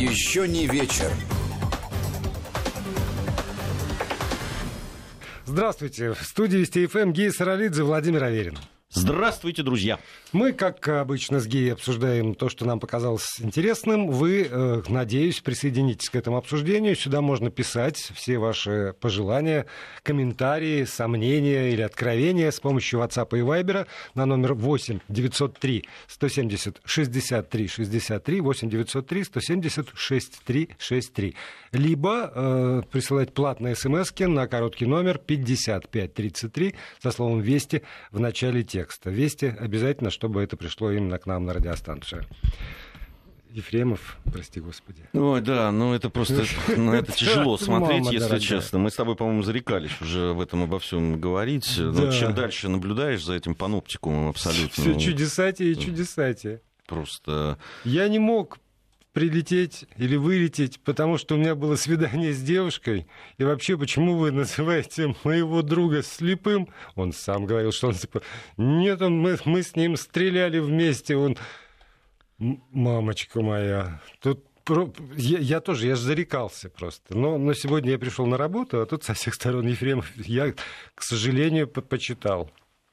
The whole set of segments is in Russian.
Еще не вечер. Здравствуйте. В студии Вести ФМ Гея Саралидзе, Владимир Аверин. Здравствуйте, друзья. Мы, как обычно, с Геей обсуждаем то, что нам показалось интересным. Вы, надеюсь, присоединитесь к этому обсуждению. Сюда можно писать все ваши пожелания, комментарии, сомнения или откровения с помощью WhatsApp и Viber на номер 8 903 170 63 63 8 903 170 63 63. Либо присылать платные смски на короткий номер 5533 со словом «Вести» в начале текста. «Вести» обязательно, чтобы это пришло именно к нам на радиостанцию. Ефремов, прости господи. Ой, да, это просто на это тяжело смотреть, если дорогая. честно. Мы с тобой, по-моему, зарекались уже об этом обо всем говорить. Да. Но чем дальше наблюдаешь за этим паноптикумом абсолютно... Все чудесатие и чудесатие. Просто... Я не мог прилететь или вылететь, потому что у меня было свидание с девушкой. И вообще, почему вы называете моего друга слепым? Он сам говорил, что он слепой. Нет, мы с ним стреляли вместе. Он... Мамочка моя. Тут я тоже, я же зарекался просто. Но сегодня я пришел на работу, а тут со всех сторон Ефремов я, к сожалению, почитал.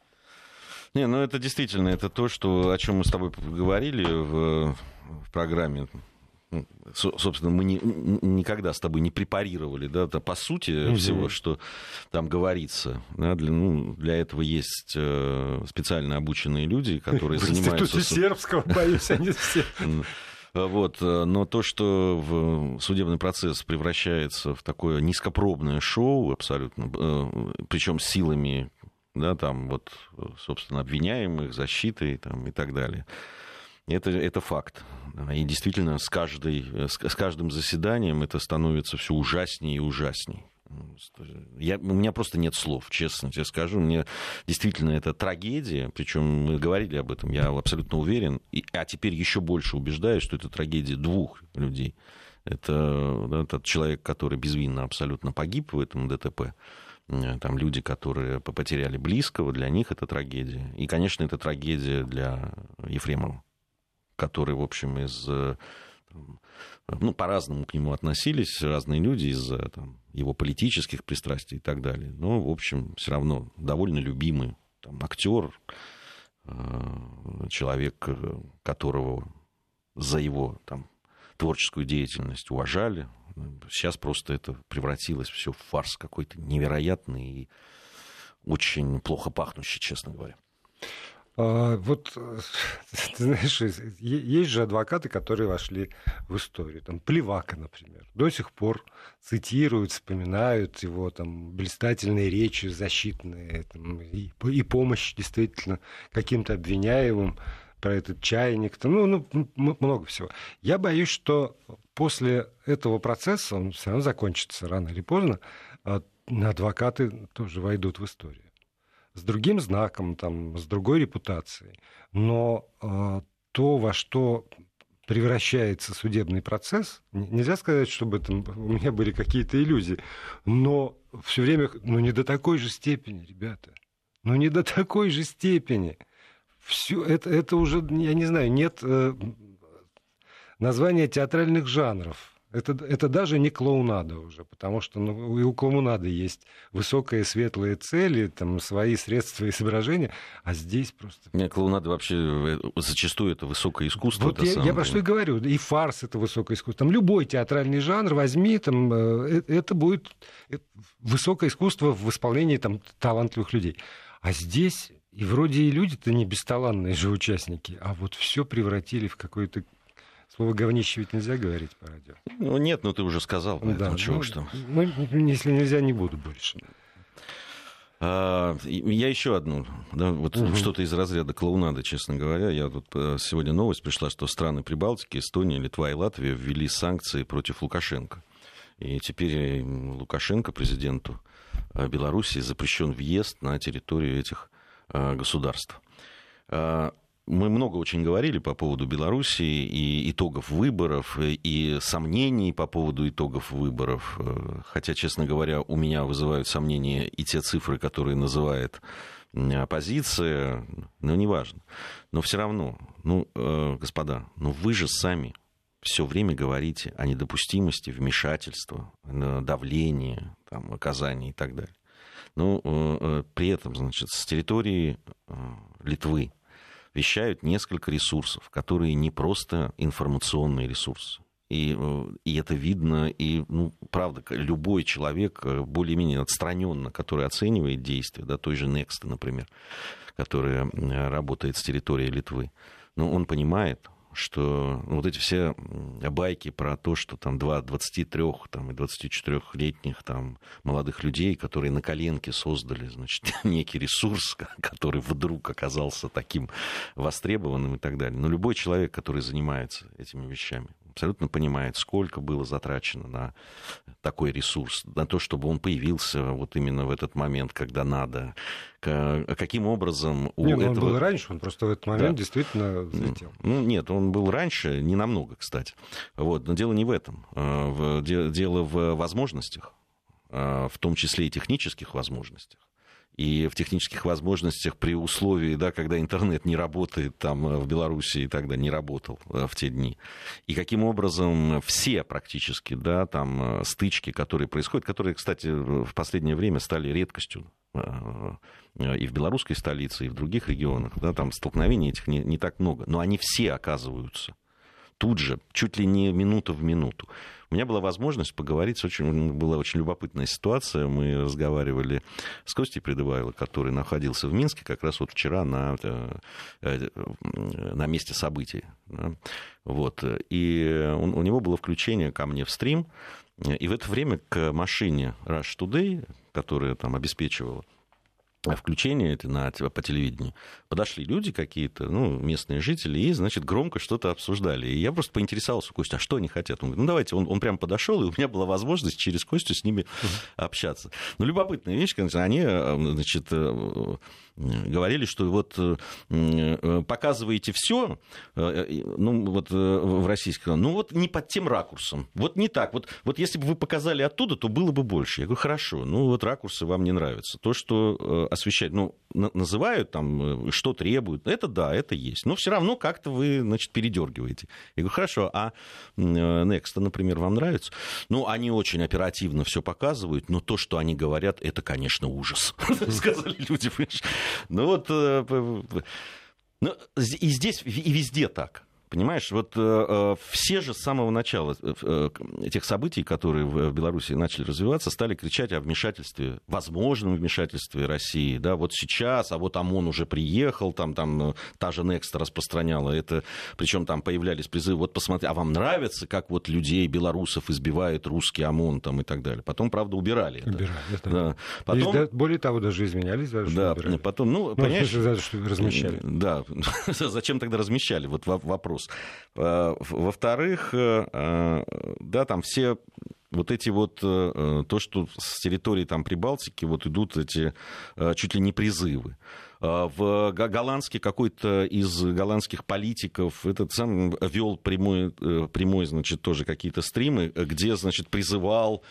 Это действительно, это то, о чем мы с тобой говорили в программе. Собственно, мы никогда с тобой не препарировали, да, по сути всего, что там говорится. Да, для этого есть специально обученные люди, которые занимаются... В Институте сербского, боюсь, они все... Но то, что судебный процесс превращается в такое низкопробное шоу абсолютно, причем силами, да, собственно, обвиняемых, защиты и так далее. Это факт. И действительно, с каждым заседанием это становится все ужаснее и ужаснее. У меня просто нет слов, честно тебе скажу. Мне действительно это трагедия, причем мы говорили об этом, я абсолютно уверен. А теперь еще больше убеждаюсь, что это трагедия двух людей. Это этот человек, который безвинно абсолютно погиб в этом ДТП. Там люди, которые потеряли близкого, для них это трагедия. И, конечно, это трагедия для Ефремова, который, в общем, по-разному к нему относились разные люди из-за его политических пристрастий и так далее. Но, в общем, все равно довольно любимый актер, человек, которого за его творческую деятельность уважали. Сейчас просто это превратилось все в фарс какой-то невероятный и очень плохо пахнущий, честно говоря. Ты знаешь, есть же адвокаты, которые вошли в историю. Плевака, например, до сих пор цитируют, вспоминают его блистательные речи защитные и помощь действительно каким-то обвиняемым про этот чайник, много всего. Я боюсь, что после этого процесса, он все равно закончится рано или поздно, адвокаты тоже войдут в историю. С другим знаком, с другой репутацией. Но то, во что превращается судебный процесс, нельзя сказать, чтобы у меня были какие-то иллюзии, но все время, не до такой же степени, ребята. Не до такой же степени. Все это уже, я не знаю, нет названия театральных жанров. Это даже не клоунада уже, потому что и у клоунады есть высокие светлые цели, свои средства изображения, а здесь просто... Нет, клоунада вообще зачастую это высокое искусство. Я про что и говорю, и фарс это высокое искусство. Любой театральный жанр возьми, это будет высокое искусство в исполнении талантливых людей. А здесь и вроде и люди-то не бесталанные же участники, а все превратили в какое-то... Слово «говнище» ведь нельзя говорить по радио. Нет, ты уже сказал. Да, что? Если нельзя, не буду больше. Я еще одну, что-то из разряда клоунады, честно говоря. Я тут сегодня новость пришла, что страны Прибалтики, Эстония, Литва и Латвия ввели санкции против Лукашенко. И теперь Лукашенко, президенту Беларуси, запрещен въезд на территорию этих государств. Мы много очень говорили по поводу Беларуси и итогов выборов, и сомнений по поводу итогов выборов. Хотя, честно говоря, у меня вызывают сомнения и те цифры, которые называет оппозиция, но неважно. Но все равно, господа, вы же сами все время говорите о недопустимости вмешательства, давления, там, оказания и так далее. Но при этом, значит, с территории Литвы вещают несколько ресурсов, которые не просто информационные ресурсы. И это видно, и, ну, правда, любой человек, более-менее отстраненно, который оценивает действия, да, той же Next, например, которая работает с территории Литвы, ну, он понимает, что вот эти все байки про то, что там 23 там, и 24-летних там, молодых людей, которые на коленке создали, значит, некий ресурс, который вдруг оказался таким востребованным и так далее. Но любой человек, который занимается этими вещами, абсолютно понимает, сколько было затрачено на такой ресурс, на то, чтобы он появился вот именно в этот момент, когда надо. Каким образом у этого... Он был раньше, он просто в этот момент действительно взлетел. Ну, нет, он был раньше, не намного, кстати. Вот. Но дело не в этом. Дело в возможностях, в том числе и технических возможностях. И в технических возможностях при условии, да, когда интернет не работает там в Беларуси, тогда не работал в те дни. И каким образом все практически, да, там стычки, которые происходят, которые, кстати, в последнее время стали редкостью и в белорусской столице, и в других регионах, да, там столкновений этих не так много, но они все оказываются тут же, чуть ли не минута в минуту. У меня была возможность поговорить, была очень любопытная ситуация. Мы разговаривали с Костей Придывайло, который находился в Минске как раз вот вчера на месте событий. Да. Вот. И у него было включение ко мне в стрим, и в это время к машине Rush Today, которая там обеспечивала включение это по телевидению, подошли люди какие-то, ну, местные жители, и, значит, громко что-то обсуждали. И я просто поинтересовался у Кости, а что они хотят? Он говорит, ну, давайте, он прямо подошел, и у меня была возможность через Костю с ними общаться. Ну, любопытная вещь, конечно, они, значит, говорили, что вот показываете все, ну, вот в российском, ну, вот не под тем ракурсом, вот не так. Вот если бы вы показали оттуда, то было бы больше. Я говорю, хорошо, ну, вот ракурсы вам не нравятся. То, что освещать, ну, называют там, что требуют, это да, это есть. Но все равно как-то вы, значит, передергиваете. Я говорю, хорошо, а Next, например, вам нравится? Ну, они очень оперативно все показывают, но то, что они говорят, это, конечно, ужас. Сказали люди, понимаешь? Ну, вот, и здесь, и везде так. Понимаешь, вот все же с самого начала этих событий, которые в Беларуси начали развиваться, стали кричать о вмешательстве, возможном вмешательстве России. Да, вот сейчас, а вот ОМОН уже приехал, там та же Next распространяла это, причем там появлялись призывы, вот посмотри, а вам нравится, как вот людей, белорусов избивает русский ОМОН там, и так далее. Потом, правда, убирали это. Да. Потом... Более того, даже изменялись, даже да, убирали. Потом, ну, понимаешь... Даже, что размещали. Да, зачем тогда размещали? Вот вопрос. Во-вторых, да, там все вот эти вот, то, что с территории там Прибалтики вот идут эти чуть ли не призывы. В голландске какой-то из голландских политиков этот сам вел прямой, значит, тоже какие-то стримы, где, значит, призывал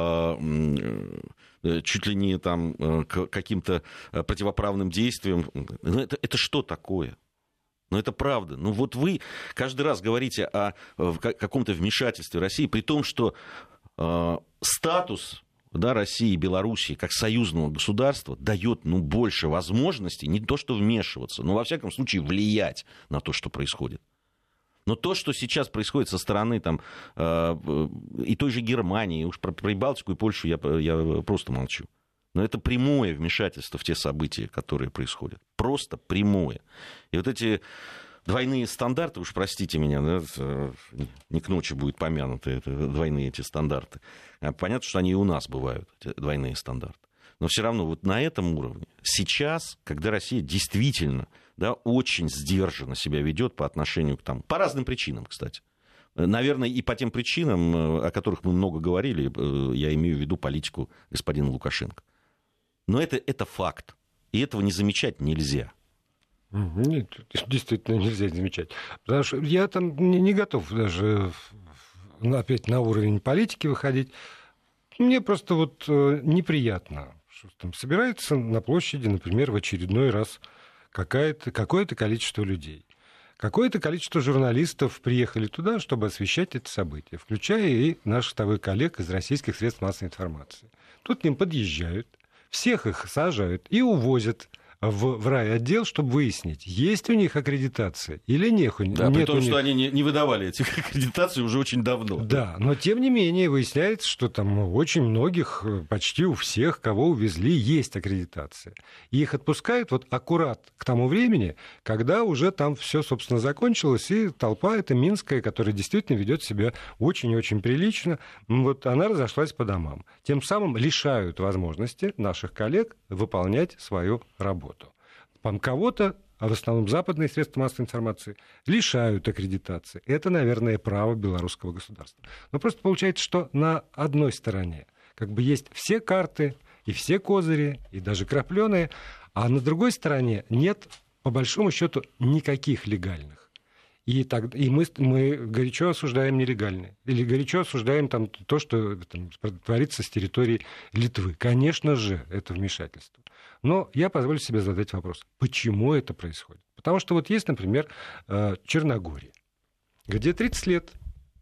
чуть ли не там к каким-то противоправным действиям. Это что такое? Но это правда. Ну вот вы каждый раз говорите о каком-то вмешательстве России, при том, что статус, да, России и Белоруссии как союзного государства дает, ну, больше возможностей не то что вмешиваться, но во всяком случае влиять на то, что происходит. Но то, что сейчас происходит со стороны там, и той же Германии, уж про Прибалтику и Польшу я просто молчу. Но это прямое вмешательство в те события, которые происходят. Просто прямое. И вот эти двойные стандарты, уж простите меня, да, не к ночи будет помянуты это, двойные эти стандарты. Понятно, что они и у нас бывают, эти двойные стандарты. Но все равно вот на этом уровне сейчас, когда Россия действительно, да, очень сдержанно себя ведет по отношению к тому, по разным причинам, кстати. Наверное, и по тем причинам, о которых мы много говорили, я имею в виду политику господина Лукашенко. Но это факт, и этого не замечать нельзя. Нет, действительно нельзя замечать. Потому что я там не готов даже опять на уровень политики выходить. Мне просто вот неприятно, что там собирается на площади, например, в очередной раз какое-то количество людей, Какое-то количество журналистов приехали туда, чтобы освещать это событие, включая и наших коллег из российских средств массовой информации. Тут к ним подъезжают, всех их сажают и увозят в райотдел, чтобы выяснить, есть у них аккредитация или нет. Да, при том, что они не выдавали этих аккредитаций уже очень давно. Да, но тем не менее выясняется, что там у очень многих, почти у всех, кого увезли, есть аккредитация. И их отпускают вот аккурат к тому времени, когда уже там все, собственно, закончилось, и толпа эта минская, которая действительно ведет себя очень-очень прилично, вот она разошлась по домам. Тем самым лишают возможности наших коллег выполнять свою работу. Кого-то, а в основном западные средства массовой информации, лишают аккредитации. Это, наверное, право белорусского государства. Но просто получается, что на одной стороне как бы есть все карты и все козыри, и даже крапленые, а на другой стороне нет, по большому счету, никаких легальных. И мы горячо осуждаем нелегальные. Или горячо осуждаем там, то, что там творится с территории Литвы. Конечно же, это вмешательство. Но я позволю себе задать вопрос. Почему это происходит? Потому что вот есть, например, Черногория, где 30 лет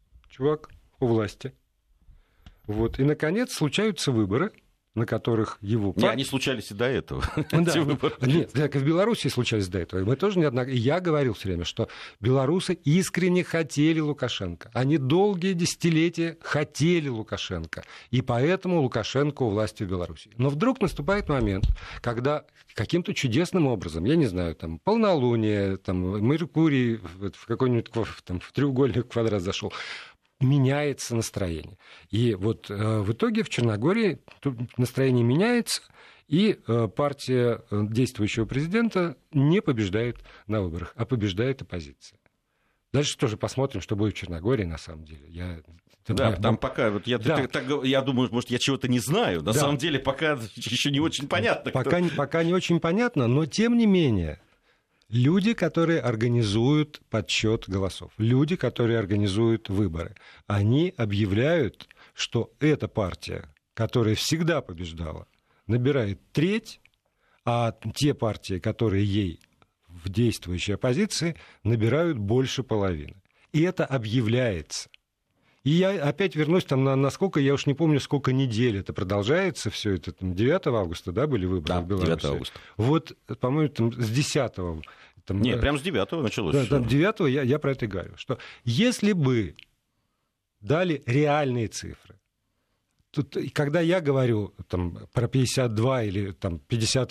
чувак у власти. Вот. И, наконец, случаются выборы, на которых его... Не, они случались и до этого. Да. Нет, как в Беларуси случались до этого. Мы тоже неоднократно... Я говорил все время, что белорусы искренне хотели Лукашенко. Они долгие десятилетия хотели Лукашенко. И поэтому Лукашенко у власти в Беларуси. Но вдруг наступает момент, когда каким-то чудесным образом, я не знаю, там, полнолуние, там, Меркурий в какой-нибудь там, в треугольник квадрат зашел, меняется настроение. И вот в итоге в Черногории настроение меняется, и партия действующего президента не побеждает на выборах, а побеждает оппозиция. Дальше тоже посмотрим, что будет в Черногории на самом деле. Там пока, вот я думаю, может, я чего-то не знаю. На самом деле пока еще не очень понятно. Пока не очень понятно, но тем не менее... Люди, которые организуют подсчет голосов, люди, которые организуют выборы, они объявляют, что эта партия, которая всегда побеждала, набирает треть, а те партии, которые ей в действующей оппозиции, набирают больше половины. И это объявляется. И я опять вернусь там на сколько, я уж не помню, сколько недель это продолжается, все это, там, 9 августа, да, были выборы в Беларуси? 9 августа. Вот, по-моему, там, с 10-го. Нет, прямо с 9-го началось. Да, там, 9-го я про это и говорю, что если бы дали реальные цифры, тут, когда я говорю там, про 52 или там,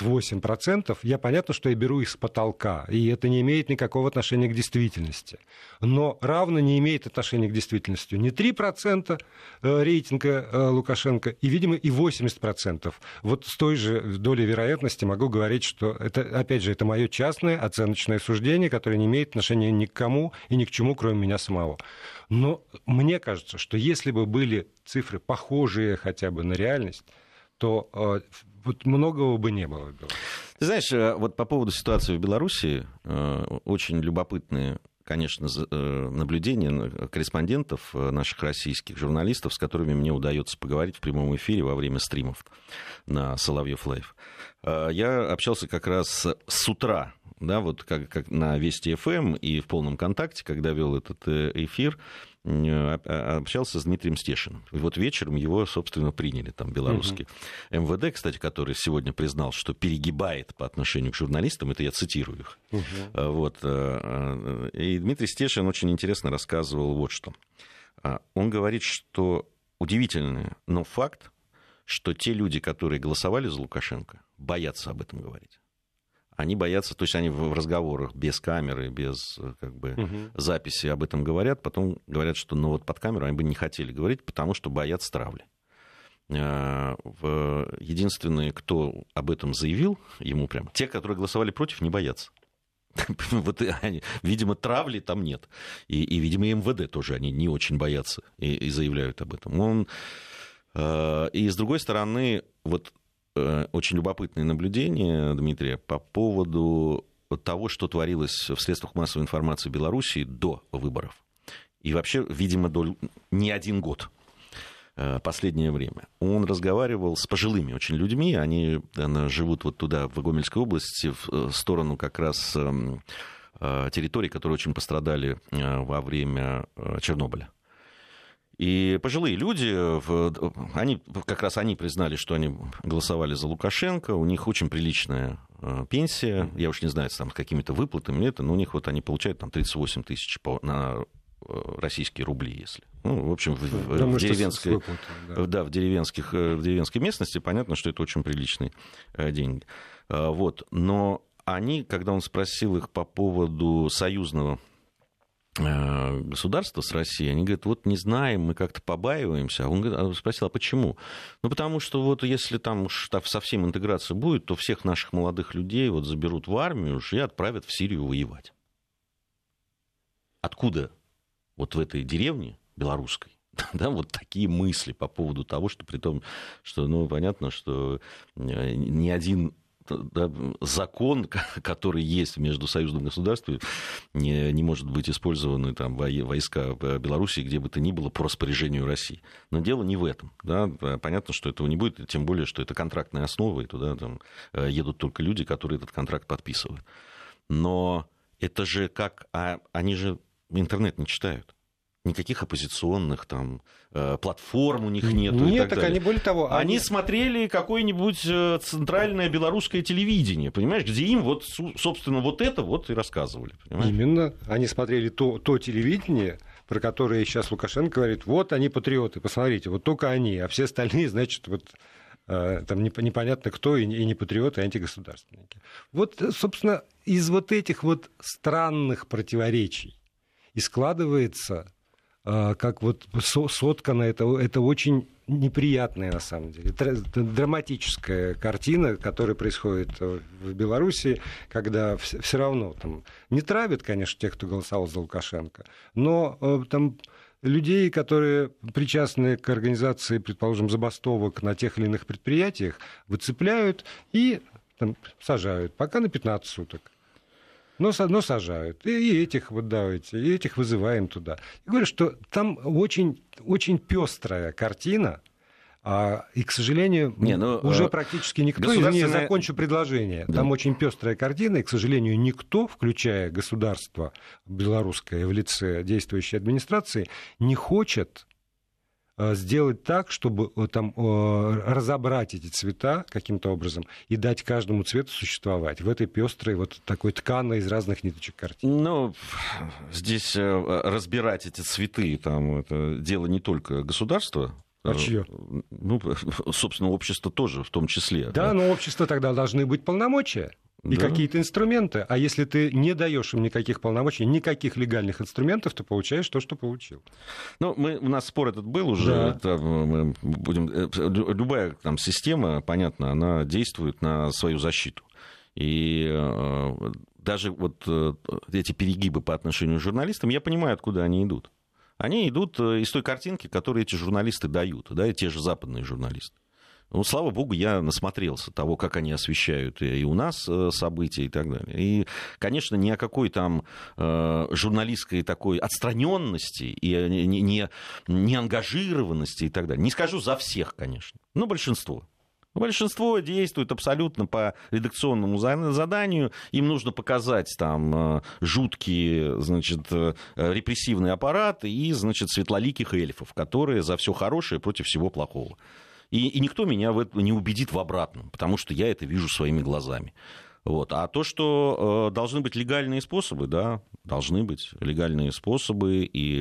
58%, я понятно, что я беру их с потолка, и это не имеет никакого отношения к действительности. Но равно не имеет отношения к действительности не 3% рейтинга Лукашенко, и, видимо, и 80%. Вот с той же долей вероятности могу говорить, что это, опять же, это мое частное оценочное суждение, которое не имеет отношения ни к кому и ни к чему, кроме меня самого. Но мне кажется, что если бы были цифры, похожие хотя бы на реальность, то вот многого бы не было в Беларуси. Ты знаешь, вот по поводу ситуации в Беларуси очень любопытные, конечно, наблюдения корреспондентов, наших российских журналистов, с которыми мне удается поговорить в прямом эфире во время стримов на Соловьев Лайв. Я общался как раз с утра, да, вот как на Вести ФМ и в полном контакте, когда вел этот эфир, общался с Дмитрием Стешиным. И вот вечером его, собственно, приняли там белорусский МВД, кстати, который сегодня признал, что перегибает по отношению к журналистам, это я цитирую их. Вот. И Дмитрий Стешин очень интересно рассказывал вот что. Он говорит, что удивительный, но факт, что те люди, которые голосовали за Лукашенко, боятся об этом говорить. Они боятся, то есть они в разговорах без камеры, без как бы, записи об этом говорят, потом говорят, что ну, вот под камеру они бы не хотели говорить, потому что боятся травли. Единственные, кто об этом заявил, ему прям, те, которые голосовали против, не боятся. Вот, видимо, травли там нет. И, видимо, и МВД тоже они не очень боятся и заявляют об этом. И, с другой стороны, вот очень любопытное наблюдение, Дмитрия, по поводу того, что творилось в средствах массовой информации Беларуси до выборов. И вообще, видимо, не один год, последнее время. Он разговаривал с пожилыми очень людьми, они живут вот туда, в Гомельской области, в сторону как раз территорий, которые очень пострадали во время Чернобыля. И пожилые люди, они признали, что они голосовали за Лукашенко, у них очень приличная пенсия, я уж не знаю, там, с какими-то выплатами, но у них вот они получают там 38 тысяч на российские рубли, если. Ну, в общем, в деревенской местности понятно, что это очень приличные деньги. Вот. Но они, когда он спросил их по поводу союзного государства с Россией, они говорят, вот не знаем, мы как-то побаиваемся. А он спросил, а почему? Ну, потому что вот если там уж совсем интеграция будет, то всех наших молодых людей вот заберут в армию и отправят в Сирию воевать. Откуда вот в этой деревне белорусской, да, вот такие мысли по поводу того, что при том, что, ну, понятно, что ни один закон, который есть в междусоюзном государстве, не может быть использованы там войска Белоруссии, где бы то ни было, по распоряжению России. Но дело не в этом. Да? Понятно, что этого не будет, тем более, что это контрактная основа, и туда там едут только люди, которые этот контракт подписывают. Но это же как... они же интернет не читают. Никаких оппозиционных там платформ у них нету. Нет, и так далее. Они, более того... Они смотрели какое-нибудь центральное белорусское телевидение, понимаешь, где им вот, собственно, вот это вот и рассказывали. Понимаешь? Именно. Они смотрели то телевидение, про которое сейчас Лукашенко говорит, вот они патриоты, посмотрите, вот только они, а все остальные, значит, вот там непонятно кто, и не патриоты, а антигосударственники. Вот, собственно, из вот этих вот странных противоречий и складывается... как вот соткано, это очень неприятная, на самом деле, драматическая картина, которая происходит в Беларуси, когда все равно там не травят, конечно, тех, кто голосовал за Лукашенко, но там людей, которые причастны к организации, предположим, забастовок на тех или иных предприятиях, выцепляют и там, сажают, пока на 15 суток. Но сажают. И этих вот давайте, и этих вызываем туда. Я говорю, что там очень, очень пестрая картина, и, к сожалению, уже практически никто, я закончу предложение, да. Там очень пестрая картина, и, к сожалению, никто, включая государство белорусское в лице действующей администрации, не хочет сделать так, чтобы там разобрать эти цвета каким-то образом и дать каждому цвету существовать в этой пестрой вот такой тканой из разных ниточек картины. Ну, здесь разбирать эти цветы, там, это дело не только государства. А чье? Ну, собственно, общество тоже в том числе. Да, но общество тогда должны быть полномочия. И какие-то инструменты. А если ты не даешь им никаких полномочий, никаких легальных инструментов, ты получаешь то, что получил. Ну, у нас спор этот был уже. Да. Мы любая там система, понятно, она действует на свою защиту. И даже вот эти перегибы по отношению к журналистам, я понимаю, откуда они идут. Они идут из той картинки, которую эти журналисты дают, да, и те же западные журналисты. Ну, слава богу, я насмотрелся того, как они освещают и у нас события и так далее. И, конечно, ни о какой там журналистской такой отстраненности и не ангажированности и так далее. Не скажу за всех, конечно, но большинство. Большинство действует абсолютно по редакционному заданию. Им нужно показать там жуткие, значит, репрессивные аппараты и, значит, светлоликих эльфов, которые за все хорошее против всего плохого. И никто меня в это не убедит в обратном, потому что я это вижу своими глазами. Вот. А то, что должны быть легальные способы, да, должны быть легальные способы, и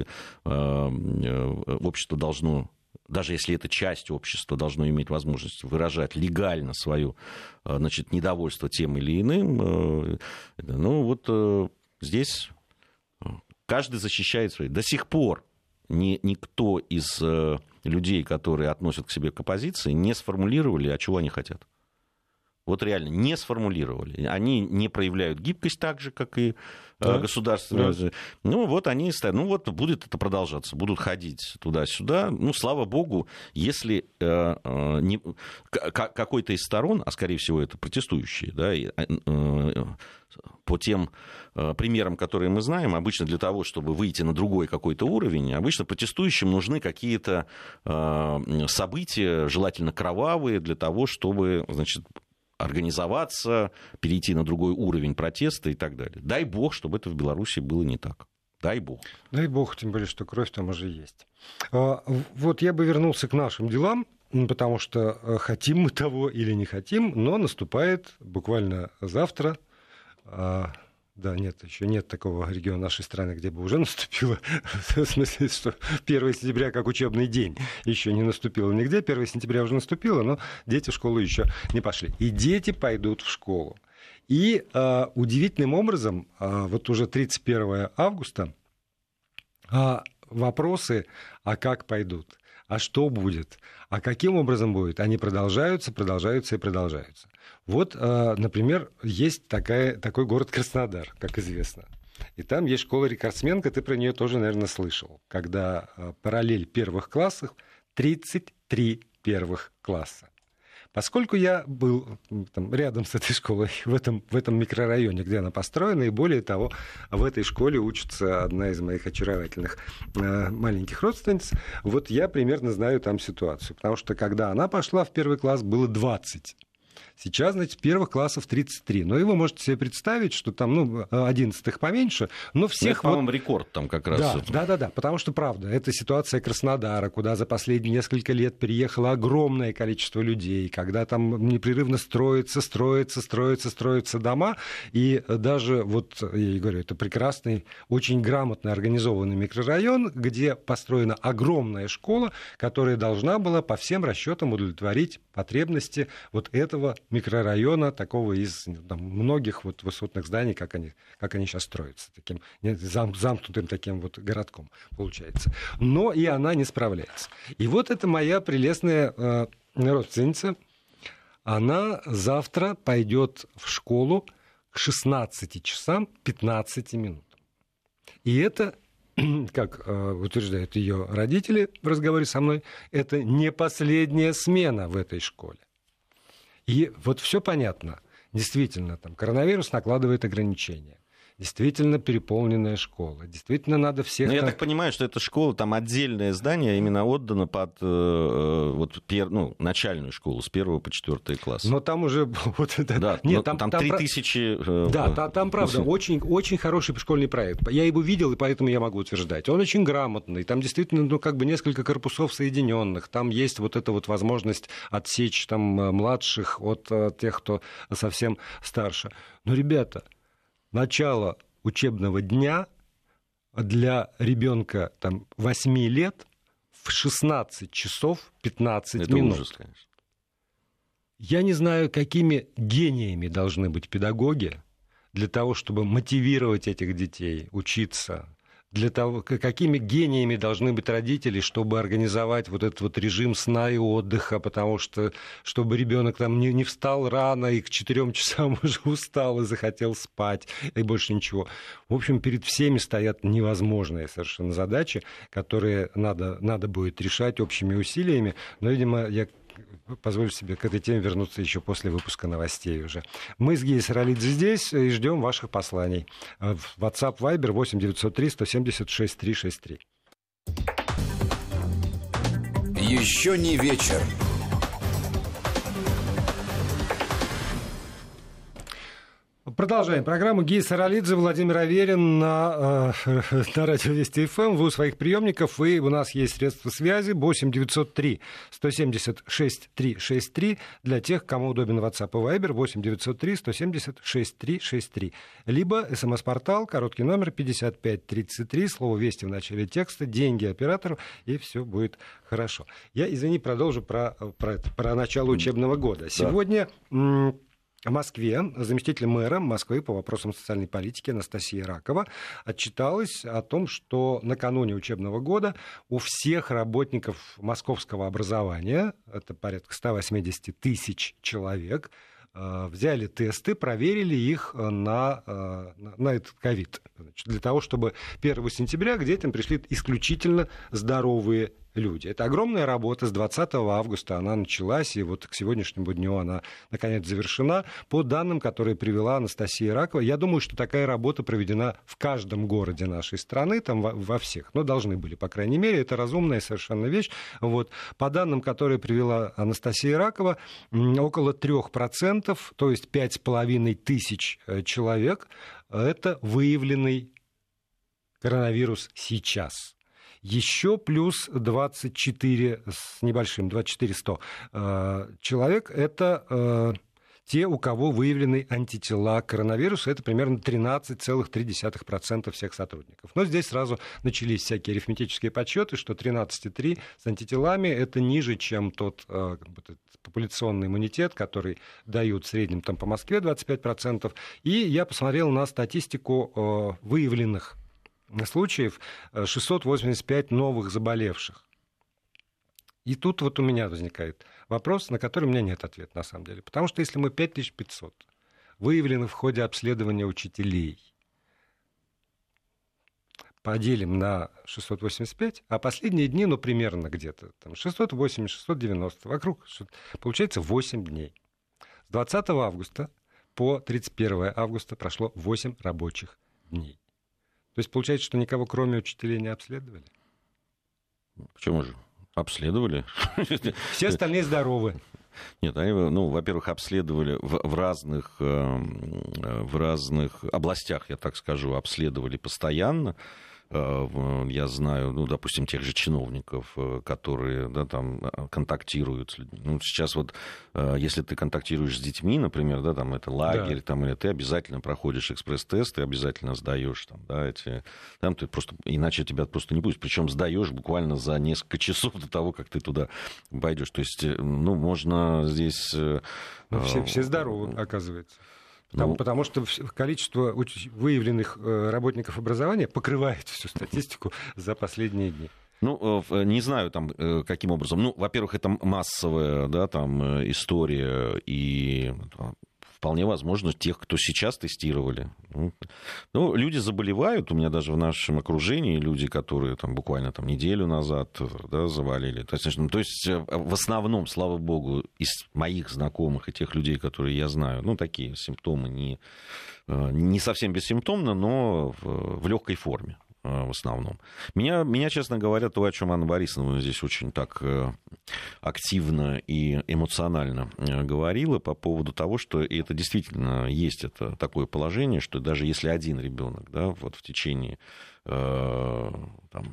общество должно, даже если это часть общества, должно иметь возможность выражать легально свое, значит, недовольство тем или иным. Ну, вот здесь каждый защищает свои. До сих пор никто из людей, которые относят к себе к оппозиции, не сформулировали, а чего они хотят. Вот реально, не сформулировали. Они не проявляют гибкость так же, как и государственные. Да. Ну, вот они стоят. Ну, вот будет это продолжаться. Будут ходить туда-сюда. Ну, слава богу, если какой-то из сторон, а, скорее всего, это протестующие, да, по тем примерам, которые мы знаем, обычно для того, чтобы выйти на другой какой-то уровень, обычно протестующим нужны какие-то события, желательно кровавые, для того, чтобы, значит, организоваться, перейти на другой уровень протеста и так далее. Дай бог, чтобы это в Беларуси было не так. Дай бог. Дай бог, тем более, что кровь там уже есть. Вот я бы вернулся к нашим делам, потому что хотим мы того или не хотим, но наступает буквально завтра. Да, нет, еще нет такого региона нашей страны, где бы уже наступило, в смысле, что 1 сентября как учебный день еще не наступило нигде, 1 сентября уже наступило, но дети в школу еще не пошли. И дети пойдут в школу. И удивительным образом, вот уже 31 августа, вопросы, а как пойдут, а что будет, а каким образом будет, они продолжаются. Вот, например, есть такой город Краснодар, как известно. И там есть школа-рекордсменка, ты про нее тоже, наверное, слышал. Когда параллель первых классов 33 первых класса. Поскольку я был там, рядом с этой школой, в этом микрорайоне, где она построена, и более того, в этой школе учится одна из моих очаровательных маленьких родственниц, вот я примерно знаю там ситуацию. Потому что когда она пошла в первый класс, было 20. Сейчас, значит, первых классов 33. Но и вы можете себе представить, что там, 11-х поменьше, но всех... Это, по-моему, рекорд там как раз. Да, потому что, правда, это ситуация Краснодара, куда за последние несколько лет переехало огромное количество людей, когда там непрерывно строятся дома, и даже, вот, я и говорю, это прекрасный, очень грамотно организованный микрорайон, где построена огромная школа, которая должна была по всем расчетам удовлетворить потребности вот этого микрорайона, такого из там, многих вот высотных зданий, как они сейчас строятся, таким замкнутым таким вот городком получается. Но и она не справляется. И вот это моя прелестная родственница, она завтра пойдет в школу к 16 часам 15 минут. И это, как утверждают ее родители в разговоре со мной, это не последняя смена в этой школе. И вот все понятно. Действительно, там коронавирус накладывает ограничения. Действительно переполненная школа. Действительно надо всех... Но я так понимаю, что эта школа, там отдельное здание именно отдано под начальную школу с 1 по 4 класс. Но там уже... Да, нет, там 3000... Да, там правда очень, очень хороший школьный проект. Я его видел, и поэтому я могу утверждать. Он очень грамотный. Там действительно несколько корпусов соединенных. Там есть вот эта вот возможность отсечь там младших от тех, кто совсем старше. Но, ребята... Начало учебного дня для ребенка 8 лет в 16 часов 15 минут. Это ужас, конечно. Я не знаю, какими гениями должны быть педагоги для того, чтобы мотивировать этих детей учиться. Для того, какими гениями должны быть родители, чтобы организовать вот этот вот режим сна и отдыха, потому что, чтобы ребенок там не встал рано и к 4 часам уже устал и захотел спать, и больше ничего. В общем, перед всеми стоят невозможные совершенно задачи, которые надо будет решать общими усилиями. Но, видимо, я позволю себе к этой теме вернуться еще после выпуска новостей уже. Мы с Геей Саралидзе здесь и ждем ваших посланий. В WhatsApp, Viber 8-903-176-363. Еще не вечер. Продолжаем программу. Гея Саралидзе, Владимир Аверин на радио Вести ФМ. Вы у своих приемников, и у нас есть средства связи 8-903-176-363 для тех, кому удобен WhatsApp и Viber 8-903-176-363. Либо СМС-портал, короткий номер 5533, слово «Вести» в начале текста, деньги оператору, и все будет хорошо. Я, извини, продолжу про начало учебного года. Сегодня... В Москве заместитель мэра Москвы по вопросам социальной политики Анастасия Ракова отчиталась о том, что накануне учебного года у всех работников московского образования, это порядка 180 тысяч человек, взяли тесты, проверили их на этот ковид. Для того, чтобы 1 сентября к детям пришли исключительно здоровые люди. Это огромная работа. С 20 августа она началась, и вот к сегодняшнему дню она, наконец, завершена. По данным, которые привела Анастасия Ракова, я думаю, что такая работа проведена в каждом городе нашей страны, там во всех, но должны были, по крайней мере. Это разумная совершенно вещь. Вот. По данным, которые привела Анастасия Ракова, около 3%, то есть 5500 человек, это выявленный коронавирус сейчас. Еще плюс 24 с небольшим, 24 100 человек, это те, у кого выявлены антитела к коронавирусу, это примерно 13,3% всех сотрудников. Но здесь сразу начались всякие арифметические подсчеты, что 13,3 с антителами это ниже, чем тот популяционный иммунитет, который дают в среднем там, по Москве 25%. И я посмотрел на статистику выявленных случаев, 685 новых заболевших. И тут вот у меня возникает вопрос, на который у меня нет ответа на самом деле. Потому что если мы 5500 выявлены в ходе обследования учителей, поделим на 685, а последние дни, ну, примерно где-то там 680, 690, вокруг, получается 8 дней. С 20 августа по 31 августа прошло 8 рабочих дней. То есть получается, что никого, кроме учителей, не обследовали? Почему же? Обследовали. Все остальные здоровы. Нет, они, ну, во-первых, обследовали в разных областях, я так скажу, обследовали постоянно. Я знаю, ну, допустим, тех же чиновников, которые, да, там контактируют с людьми. Ну, сейчас вот, если ты контактируешь с детьми, например, да, там это лагерь, да. Там, или ты обязательно проходишь экспресс-тест, ты обязательно сдаешь там, да, эти, там ты просто, иначе тебя просто не будет. Причем сдаешь буквально за несколько часов до того, как ты туда пойдешь. То есть, ну, можно здесь... Все здоровы, оказывается. Потому что количество выявленных работников образования покрывает всю статистику за последние дни. Ну, не знаю, там, каким образом. Ну, во-первых, это массовая, да, там, история, и вполне возможно, тех, кто сейчас тестировали. Ну, люди заболевают, у меня даже в нашем окружении люди, которые там, буквально там, неделю назад, да, заболели. То есть, в основном, слава богу, из моих знакомых и тех людей, которые я знаю, ну, такие симптомы не совсем бессимптомно, но в легкой форме. В основном. Меня, честно говоря, то, о чем Анна Борисовна здесь очень так активно и эмоционально говорила по поводу того, что это действительно есть это такое положение, что даже если один ребенок, да, вот в течение там,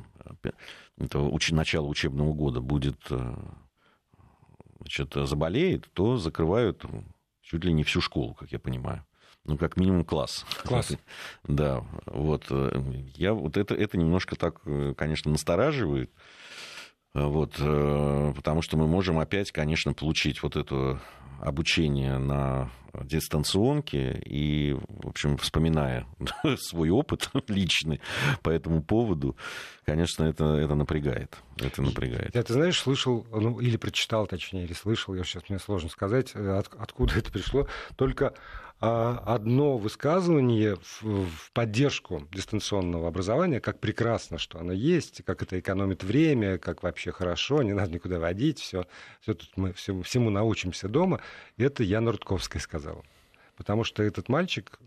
начала учебного года будет, значит, заболеет, то закрывают чуть ли не всю школу, как я понимаю. Ну, как минимум класс. Класс. Да, вот. Это немножко так, конечно, настораживает. Вот, потому что мы можем опять, конечно, получить вот это обучение на дистанционке. И, в общем, вспоминая свой опыт личный по этому поводу, конечно, это напрягает. Это напрягает. Я, ты знаешь, слышал, ну, или прочитал, точнее, или слышал, мне сложно сказать, откуда это пришло, только одно высказывание в поддержку дистанционного образования, как прекрасно, что оно есть, как это экономит время, как вообще хорошо, не надо никуда водить, все тут мы всему научимся дома, это Яна Рудковская сказала. Потому что этот мальчик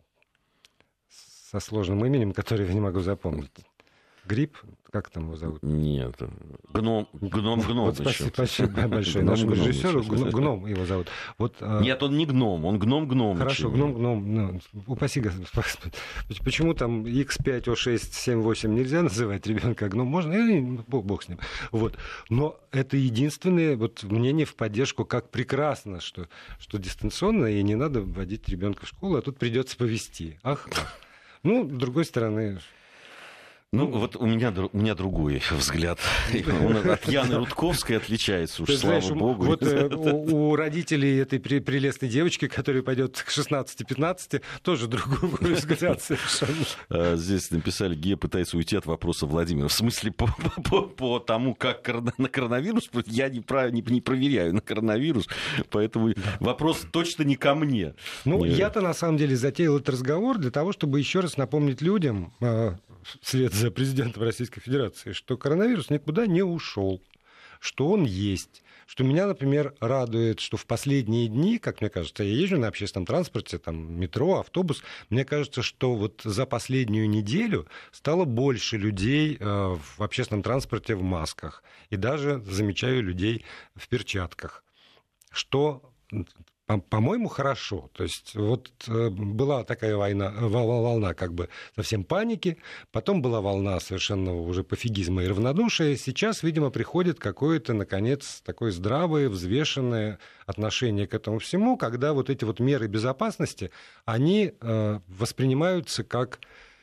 со сложным именем, которое я не могу запомнить, Гриб, как там его зовут? Нет, Гном. Вот спасибо большое нашему режиссеру. Гном его зовут. Вот, нет, он не гном, он гном. Хорошо, гном. Ну, упаси Господи. Почему там X5, O6, 7, 8 нельзя называть ребенка гном? Можно, бог с ним. Вот. Но это единственное вот мнение в поддержку, как прекрасно, что дистанционно, и не надо вводить ребенка в школу, а тут придется повести. Ах. Ну, с другой стороны... Ну, вот у меня другой взгляд. Он от Яны Рудковской отличается, уж слава богу. Вот у родителей этой прелестной девочки, которая пойдет к 16-15, тоже другой взгляд совершенно. Здесь написали, Гея пытается уйти от вопроса Владимира. В смысле, по тому, как на коронавирус, я не проверяю на коронавирус, поэтому вопрос точно не ко мне. Ну, я-то на самом деле затеял этот разговор для того, чтобы еще раз напомнить людям, вслед за президентом Российской Федерации, что коронавирус никуда не ушел, что он есть. Что меня, например, радует, что в последние дни, как мне кажется, я езжу на общественном транспорте, там метро, автобус, мне кажется, что вот за последнюю неделю стало больше людей в общественном транспорте в масках. И даже замечаю людей в перчатках. Что, по-моему, хорошо. То есть вот была такая волна как бы совсем паники, потом была волна совершенного уже пофигизма и равнодушия. Сейчас, видимо, приходит какое-то, наконец, такое здравое, взвешенное отношение к этому всему, когда вот эти вот меры безопасности, они воспринимаются как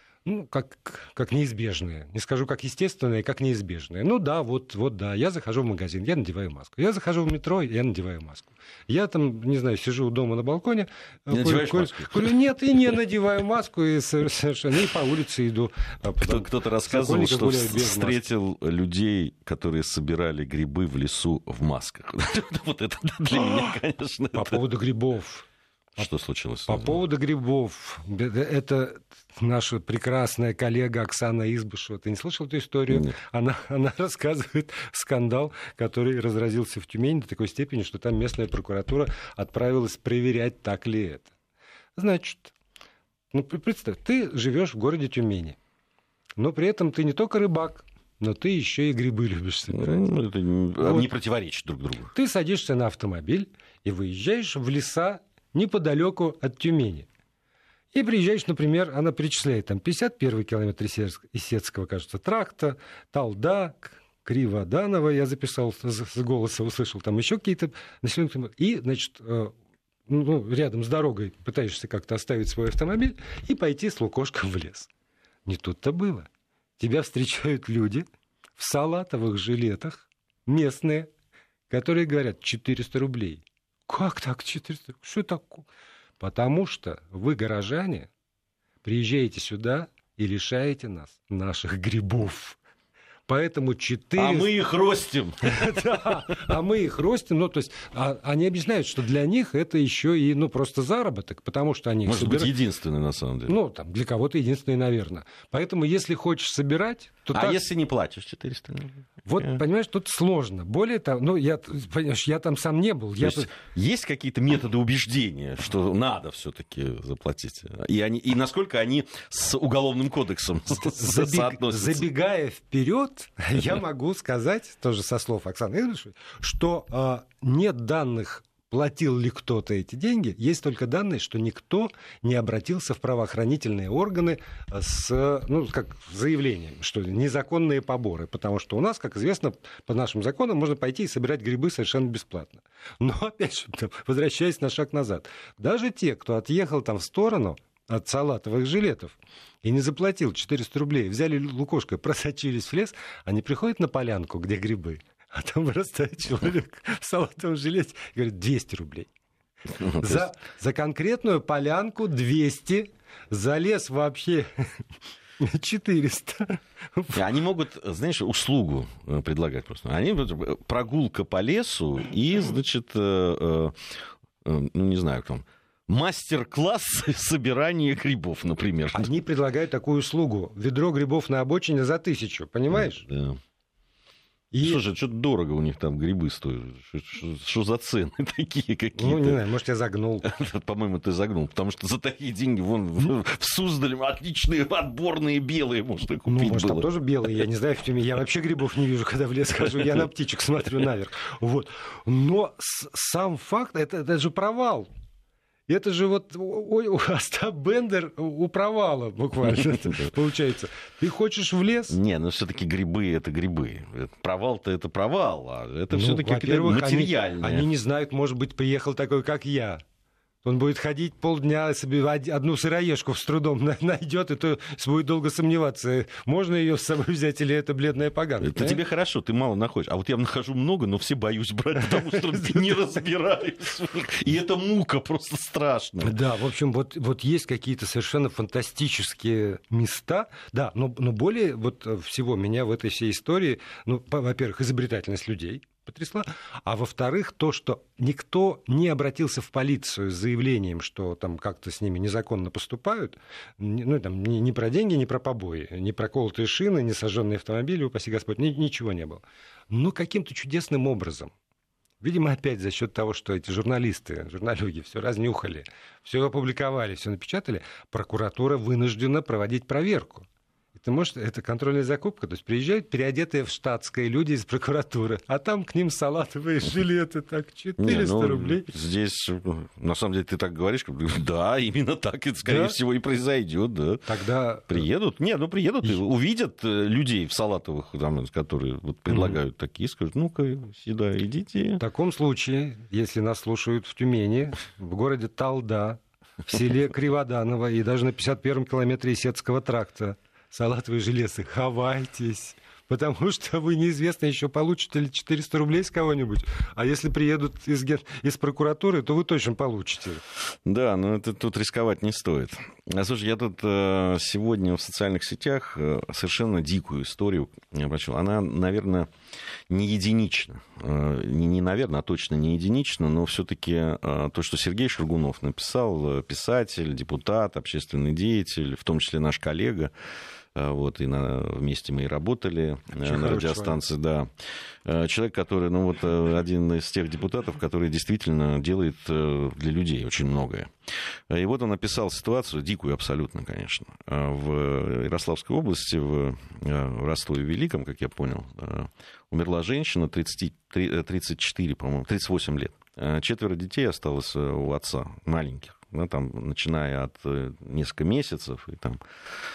неизбежные. Не скажу, как естественные, как неизбежные. Ну да, вот да, я захожу в магазин, я надеваю маску. Я захожу в метро, я надеваю маску. Я там, не знаю, сижу дома на балконе. Не надеваешь маску? Нет, и не надеваю маску, и совершенно и по улице иду. Кто-то рассказывал, что встретил людей, которые собирали грибы в лесу в масках. Вот это для меня, конечно. По поводу грибов. Что случилось? По поводу грибов. Это наша прекрасная коллега Оксана Избышева. Ты не слышал эту историю? Нет. Она рассказывает скандал, который разразился в Тюмени до такой степени, что там местная прокуратура отправилась проверять, так ли это. Значит, представь, ты живешь в городе Тюмени, но при этом ты не только рыбак, но ты еще и грибы любишь собирать. Это не противоречит друг другу. Ты садишься на автомобиль и выезжаешь в леса неподалеку от Тюмени. И приезжаешь, например, она перечисляет там 51-й километр Исетского, кажется, тракта, Талда, Криводанова, я записал с голоса, услышал там еще какие-то населенные. И, значит, рядом с дорогой пытаешься как-то оставить свой автомобиль и пойти с лукошком в лес. Не тут-то было. Тебя встречают люди в салатовых жилетах, местные, которые говорят 400 рублей. Как так 400? Что такое? Потому что вы, горожане, приезжаете сюда и лишаете нас наших грибов. Поэтому 400... А мы их ростим. Да, а мы их ростим. Ну, то есть, они объясняют, что для них это еще и, просто заработок, потому что они... Может быть, единственный, на самом деле. Там, для кого-то единственный, наверное. Поэтому, если хочешь собирать, то А если не платишь 400? Вот, понимаешь, тут сложно. Более того, я там сам не был. Есть какие-то методы убеждения, что надо все-таки заплатить? И насколько они с Уголовным кодексом соотносятся? Забегая вперед, я могу сказать, тоже со слов Оксаны Избышевой, что нет данных, платил ли кто-то эти деньги, есть только данные, что никто не обратился в правоохранительные органы с заявлением, что незаконные поборы, потому что у нас, как известно, по нашим законам можно пойти и собирать грибы совершенно бесплатно. Но, опять же, возвращаясь на шаг назад, даже те, кто отъехал там в сторону от салатовых жилетов и не заплатил 400 рублей, взяли лукошко, просочились в лес, они приходят на полянку, где грибы, а там вырастает человек в салатовом жилете и говорит 200 рублей. За конкретную полянку 200, за лес вообще 400. Они могут, знаешь, услугу предлагать просто. Прогулка по лесу и, значит, не знаю, там, мастер-класс собирания грибов, например. Они предлагают такую услугу. Ведро грибов на обочине за 1000, понимаешь? Да. Слушай, что-то дорого у них там грибы стоят. Что за цены такие какие-то? Не знаю, может, я загнул. По-моему, ты загнул. Потому что за такие деньги вон в Суздале отличные отборные белые можно купить. Может, там тоже белые, я не знаю, в Тюмени. Я вообще грибов не вижу, когда в лес хожу. Я на птичек смотрю наверх. Вот. Но сам факт, это же провал. Это же Остап Бендер у провала буквально получается. Ты хочешь в лес? Не, все-таки грибы это грибы. Провал-то это провал, а это все-таки материальное. Они не знают, может быть, приехал такой, как я. Он будет ходить полдня, себе одну сыроежку с трудом найдет, и то будет долго сомневаться, можно ее с собой взять или это бледная поганка. Это тебе хорошо, ты мало находишь. А вот я нахожу много, но все боюсь брать, потому что не разбираюсь. И это мука просто страшная. Да, в общем, вот есть какие-то совершенно фантастические места. Да, но более всего меня в этой всей истории, во-первых, изобретательность людей. потрясла. А во-вторых, то, что никто не обратился в полицию с заявлением, что там как-то с ними незаконно поступают, ну, там, ни про деньги, ни про побои, ни про колотые шины, ни сожженные автомобили, упаси Господь, ничего не было. Но каким-то чудесным образом, видимо, опять за счет того, что эти журналисты, журналюги все разнюхали, все опубликовали, все напечатали, прокуратура вынуждена проводить проверку. Это контрольная закупка, то есть приезжают переодетые в штатское люди из прокуратуры, а там к ним салатовые жилеты, так, 400 рублей. Здесь, на самом деле, ты так говоришь, да, именно так, это, скорее всего, и произойдет, да. Тогда... Приедут, приедут, и увидят людей в салатовых, там, которые вот предлагают такие, скажут, ну-ка, сюда идите. В таком случае, если нас слушают в Тюмени, в городе Талда, в селе Криводаново и даже на 51-м километре Исетского тракта, салатовые железы, хавайтесь, потому что вы неизвестно еще получите ли 400 рублей с кого-нибудь, а если приедут из прокуратуры, то вы точно получите. Да, но это тут рисковать не стоит. Слушай, я тут сегодня в социальных сетях совершенно дикую историю прочел. Она, наверное, не единична. Не наверное, а точно не единична, но все-таки то, что Сергей Шургунов написал, писатель, депутат, общественный деятель, в том числе наш коллега, вот, и вместе мы и работали на радиостанции, да. Человек, который, один из тех депутатов, который действительно делает для людей очень многое. И вот он описал ситуацию, дикую абсолютно, конечно. В Ярославской области, в Ростове-Великом, как я понял, умерла женщина, 34, по-моему, 38 лет. 4 детей осталось у отца, маленьких, да, там, начиная от нескольких месяцев и там...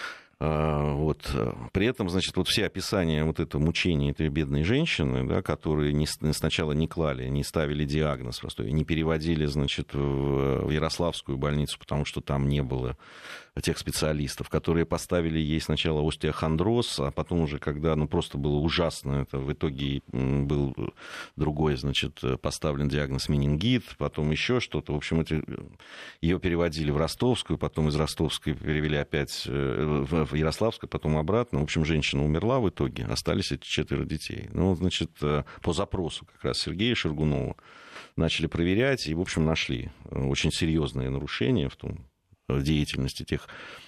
Вот. При этом, значит, вот все описания вот этого мучения этой бедной женщины, да, которые сначала не клали, не ставили диагноз в Ростове, не переводили, значит, в Ярославскую больницу, потому что там не было тех специалистов, которые поставили ей сначала остеохондроз, а потом уже, когда, просто было ужасно, это в итоге был другой, значит, поставлен диагноз менингит, потом еще что-то. В общем, ее переводили в Ростовскую, потом из Ростовской перевели опять в Ярославскую, потом обратно. В общем, женщина умерла в итоге, остались эти 4 детей. Значит, по запросу как раз Сергея Шургунова начали проверять и, в общем, нашли очень серьезные нарушения в том, деятельности тех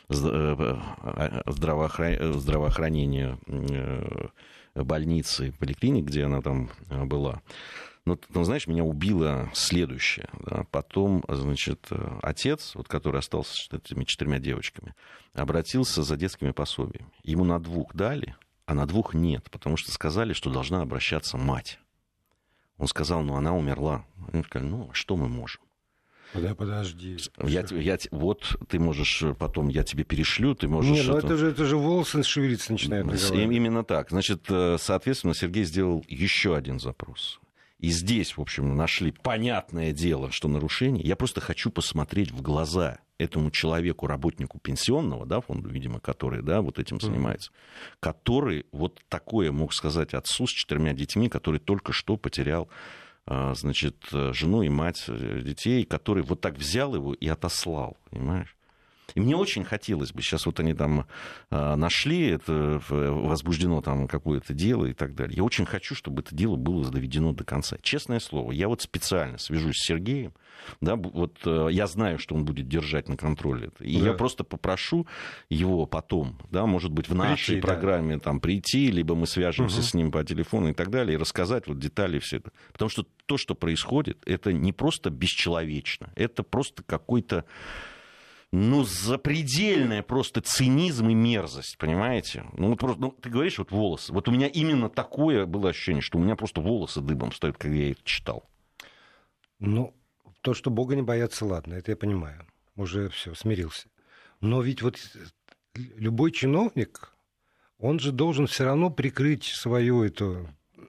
здравоохранения больницы, поликлиник, где она там была. Но, знаешь, меня убило следующее. Да? Потом, значит, отец, который остался с этими 4 девочками, обратился за детскими пособиями. Ему на 2 дали, а на 2 нет, потому что сказали, что должна обращаться мать. Он сказал, она умерла. Они сказали, а что мы можем? Подожди. Вот ты можешь потом, я тебе перешлю, ты можешь... Нет, это же волосы шевелиться начинают. Именно так. Значит, соответственно, Сергей сделал еще один запрос. И здесь, в общем, нашли, понятное дело, что нарушение. Я просто хочу посмотреть в глаза этому человеку, работнику пенсионного, да, фонда, видимо, который, да, вот этим занимается, который вот такое мог сказать отцу с 4 детьми, который только что потерял, значит, жену и мать детей, который вот так взял его и отослал, понимаешь? И мне очень хотелось бы, сейчас вот они там нашли, это возбуждено там какое-то дело и так далее. Я очень хочу, чтобы это дело было доведено до конца. Честное слово, я вот специально свяжусь с Сергеем, да, вот я знаю, что он будет держать на контроле это. И я просто попрошу его потом, да, может быть, в нашей программе там прийти, либо мы свяжемся с ним по телефону и так далее, и рассказать вот детали все это. Потому что то, что происходит, это не просто бесчеловечно, это просто какой-то запредельная просто цинизм и мерзость, понимаете? Ты говоришь, вот волосы. Вот у меня именно такое было ощущение, что у меня просто волосы дыбом стоят, когда я это читал. То, что Бога не боятся, ладно, это я понимаю. Уже все, смирился. Но ведь вот любой чиновник, он же должен все равно прикрыть свою эту...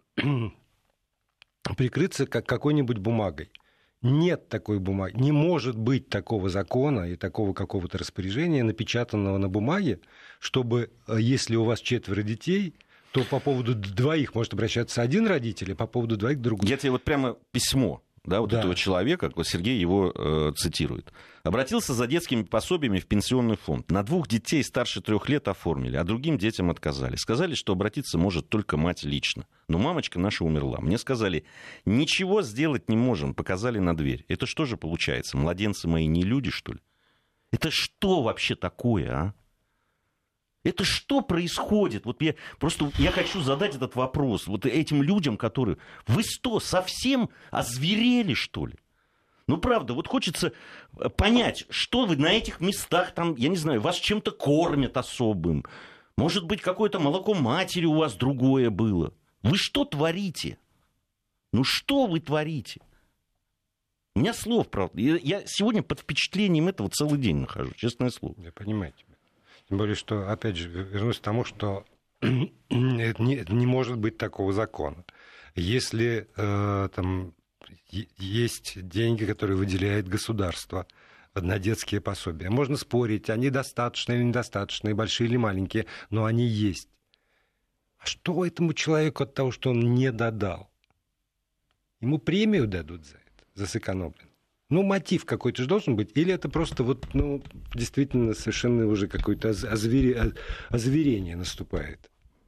прикрыться какой-нибудь бумагой. Нет такой бумаги. Не может быть такого закона и такого какого-то распоряжения, напечатанного на бумаге, чтобы, если у вас 4 детей, то по поводу 2 может обращаться один родитель, а по поводу 2 другой. Я тебе вот прямо письмо, этого человека, Сергей его цитирует. Обратился за детскими пособиями в пенсионный фонд. На 2 детей старше 3 лет оформили, а другим детям отказали. Сказали, что обратиться может только мать лично. Но мамочка наша умерла. Мне сказали, ничего сделать не можем, показали на дверь. Это что же получается? Младенцы мои не люди, что ли? Это что вообще такое, а? Это что происходит? Вот я хочу задать этот вопрос вот этим людям, которые... Вы что, совсем озверели, что ли? Ну, правда, вот хочется понять, что вы на этих местах, там, я не знаю, вас чем-то кормят особым. Может быть, какое-то молоко матери у вас другое было. Вы что творите? Ну, что вы творите? У меня слов, правда. Я сегодня под впечатлением этого целый день нахожусь, честное слово. Я понимаю тебя. Тем более, что, опять же, вернусь к тому, что не может быть такого закона. Если там есть деньги, которые выделяет государство на детские пособия, можно спорить, они достаточные или недостаточные, большие или маленькие, но они есть. А что этому человеку от того, что он не додал? Ему премию дадут за это, за сэкономленное. Ну, мотив какой-то же должен быть. Или это просто вот, ну, действительно совершенно уже какое-то озверение наступает.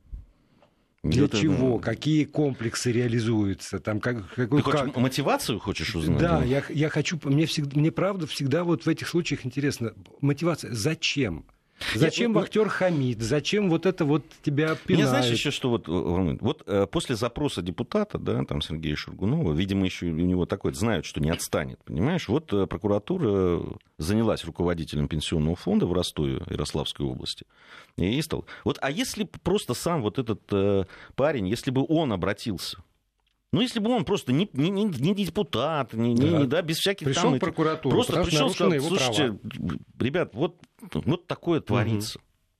Для чего? Какие комплексы реализуются? Там, мотивацию хочешь узнать? Да, я хочу... Мне правда всегда вот в этих случаях интересно. Мотивация. Зачем? Зачем вахтер хамит? Зачем вот это вот тебя пинают? Меня знаешь еще что волнует? Вот после запроса депутата, да, там Сергея Шургунова, видимо, еще у него такое, знают, что не отстанет, понимаешь? Вот прокуратура занялась руководителем пенсионного фонда в Ростове, Ярославской области. И стал. Вот, а если просто сам вот этот парень, если бы он обратился, ну, если бы он просто не депутат, да, без всяких пришел там... в прокуратуру, просто пришел и сказал, слушайте, права. Ребят, вот такое творится.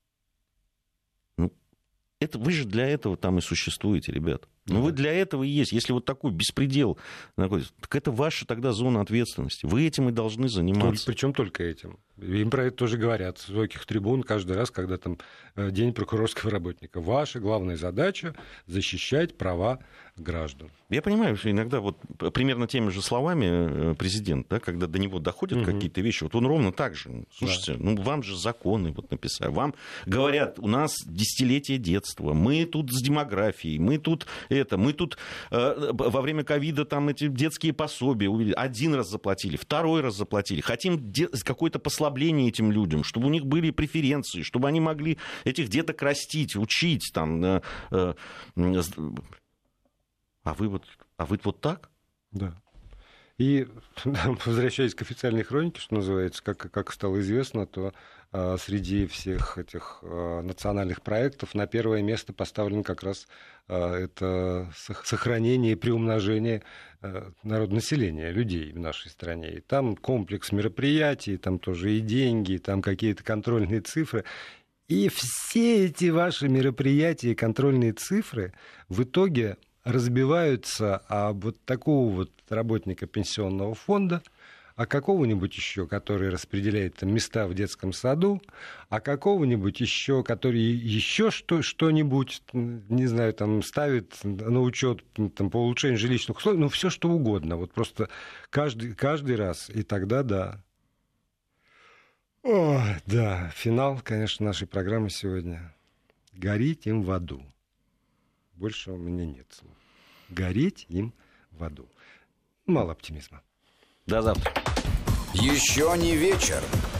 Ну, это вы же для этого там и существуете, ребят. Ну, вы для этого и есть. Если вот такой беспредел находится, так это ваша тогда зона ответственности. Вы этим и должны заниматься. Причем только этим. Им про это тоже говорят с высоких трибун каждый раз, когда там День прокурорского работника. Ваша главная задача — защищать права граждан. Я понимаю, что иногда вот примерно теми же словами президент, да, когда до него доходят какие-то вещи, вот он ровно так же. Слушайте, ну вам же законы вот написали. Вам говорят, у нас десятилетие детства, мы тут с демографией, мы тут во время ковида там эти детские пособия один раз заплатили, второй раз заплатили. Хотим какое-то послабление этим людям, чтобы у них были преференции, чтобы они могли этих деток растить, учить. Там, а вы вот так? Да. И, возвращаясь к официальной хронике, что называется, как стало известно, то среди всех этих национальных проектов на первое место поставлено как раз это сохранение и приумножение народонаселения, людей в нашей стране. И там комплекс мероприятий, там тоже и деньги, и там какие-то контрольные цифры. И все эти ваши мероприятия и контрольные цифры в итоге разбиваются об вот такого вот работника пенсионного фонда, а какого-нибудь еще, который распределяет там места в детском саду, а какого-нибудь еще, который еще что-нибудь, не знаю, там ставит на учет там, по улучшению жилищных условий, ну, все что угодно. Вот просто каждый раз. И тогда да. О, да, финал, конечно, нашей программы сегодня. Гореть им в аду. Больше у меня нет слов. Гореть им в аду. Мало оптимизма. До завтра. Еще не вечер.